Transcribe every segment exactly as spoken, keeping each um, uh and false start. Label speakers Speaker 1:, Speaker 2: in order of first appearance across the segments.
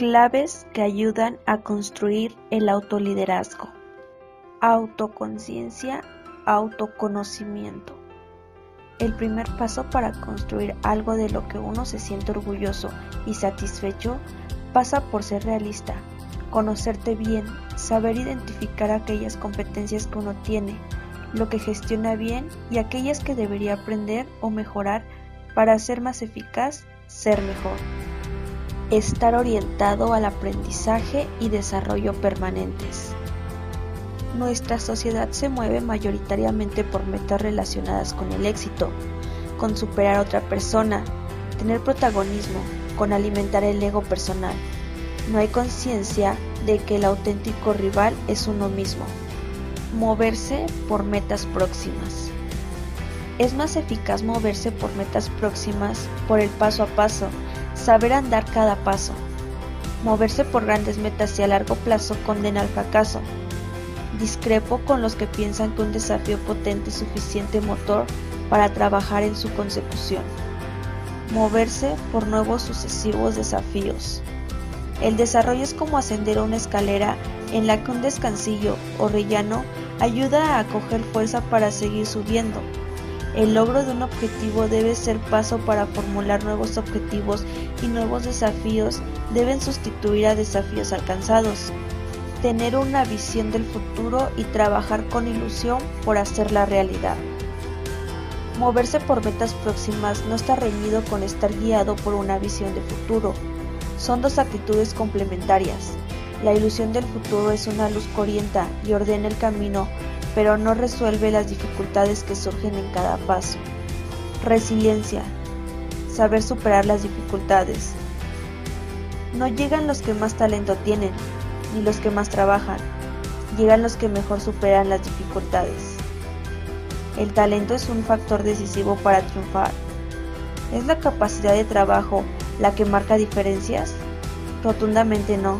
Speaker 1: Claves que ayudan a construir el autoliderazgo. Autoconciencia, autoconocimiento. El primer paso para construir algo de lo que uno se siente orgulloso y satisfecho pasa por ser realista, conocerte bien, saber identificar aquellas competencias que uno tiene, lo que gestiona bien y aquellas que debería aprender o mejorar para ser más eficaz, ser mejor. Estar orientado al aprendizaje y desarrollo permanentes. Nuestra sociedad se mueve mayoritariamente por metas relacionadas con el éxito, con superar a otra persona, tener protagonismo, con alimentar el ego personal. No hay conciencia de que el auténtico rival es uno mismo. Moverse por metas próximas. Es más eficaz moverse por metas próximas, por el paso a paso, saber andar cada paso. Moverse por grandes metas y a largo plazo condena al fracaso. Discrepo con los que piensan que un desafío potente es suficiente motor para trabajar en su consecución. Moverse por nuevos sucesivos desafíos. El desarrollo es como ascender a una escalera en la que un descansillo o rellano ayuda a coger fuerza para seguir subiendo. El logro de un objetivo debe ser paso para formular nuevos objetivos y nuevos desafíos deben sustituir a desafíos alcanzados. Tener una visión del futuro y trabajar con ilusión por hacerla realidad. Moverse por metas próximas no está reñido con estar guiado por una visión de futuro. Son dos actitudes complementarias. La ilusión del futuro es una luz que orienta y ordena el camino, pero no resuelve las dificultades que surgen en cada paso. Resiliencia. Saber superar las dificultades. No llegan los que más talento tienen, ni los que más trabajan. Llegan los que mejor superan las dificultades. El talento es un factor decisivo para triunfar. ¿Es la capacidad de trabajo la que marca diferencias? Rotundamente no.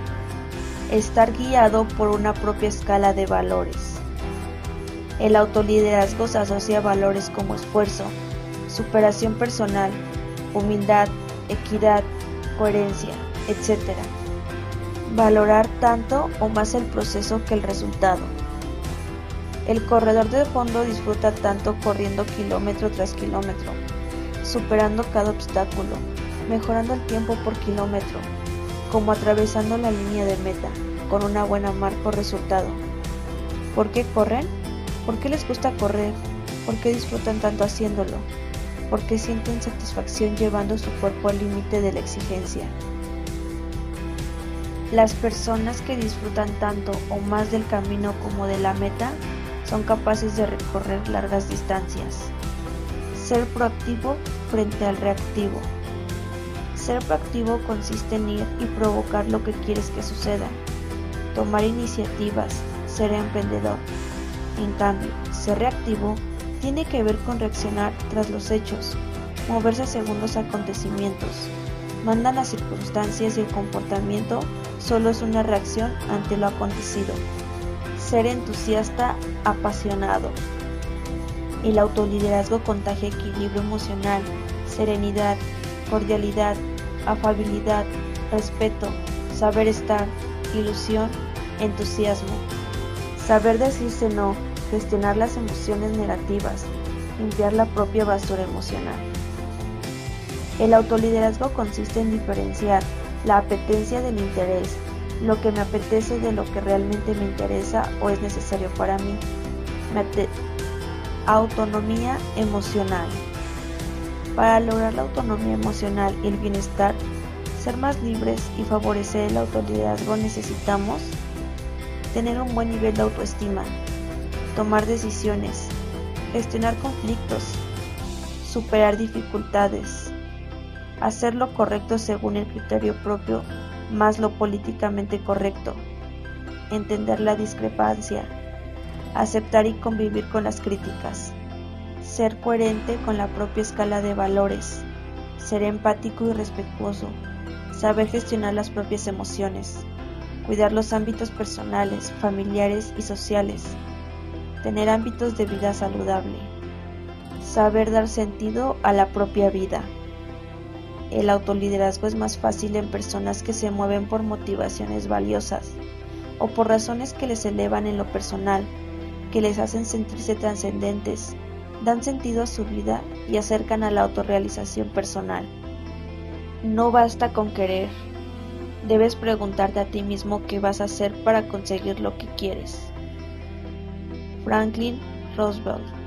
Speaker 1: Estar guiado por una propia escala de valores. El autoliderazgo se asocia a valores como esfuerzo, superación personal, humildad, equidad, coherencia, etcétera. Valorar tanto o más el proceso que el resultado. El corredor de fondo disfruta tanto corriendo kilómetro tras kilómetro, superando cada obstáculo, mejorando el tiempo por kilómetro, como atravesando la línea de meta, con una buena marca o resultado. ¿Por qué corren? ¿Por qué les gusta correr? ¿Por qué disfrutan tanto haciéndolo? ¿Por qué sienten satisfacción llevando su cuerpo al límite de la exigencia? Las personas que disfrutan tanto o más del camino como de la meta son capaces de recorrer largas distancias. Ser proactivo frente al reactivo. Ser proactivo consiste en ir y provocar lo que quieres que suceda. Tomar iniciativas, ser emprendedor. En cambio, ser reactivo tiene que ver con reaccionar tras los hechos, moverse según los acontecimientos. Mandan las circunstancias y el comportamiento solo es una reacción ante lo acontecido. Ser entusiasta, apasionado. El autoliderazgo contagia equilibrio emocional, serenidad, cordialidad, afabilidad, respeto, saber estar, ilusión, entusiasmo. Saber decirse no, gestionar las emociones negativas, limpiar la propia basura emocional. El autoliderazgo consiste en diferenciar la apetencia del interés, lo que me apetece de lo que realmente me interesa o es necesario para mí. Autonomía emocional. Para lograr la autonomía emocional y el bienestar, ser más libres y favorecer el autoliderazgo necesitamos tener un buen nivel de autoestima, tomar decisiones, gestionar conflictos, superar dificultades, hacer lo correcto según el criterio propio más lo políticamente correcto, entender la discrepancia, aceptar y convivir con las críticas, ser coherente con la propia escala de valores, ser empático y respetuoso, saber gestionar las propias emociones, cuidar los ámbitos personales, familiares y sociales, tener ámbitos de vida saludable, saber dar sentido a la propia vida. el autoliderazgo es más fácil en personas que se mueven por motivaciones valiosas o por razones que les elevan en lo personal, que les hacen sentirse trascendentes, dan sentido a su vida y acercan a la autorrealización personal. No basta con querer, debes preguntarte a ti mismo qué vas a hacer para conseguir lo que quieres. Franklin Roosevelt.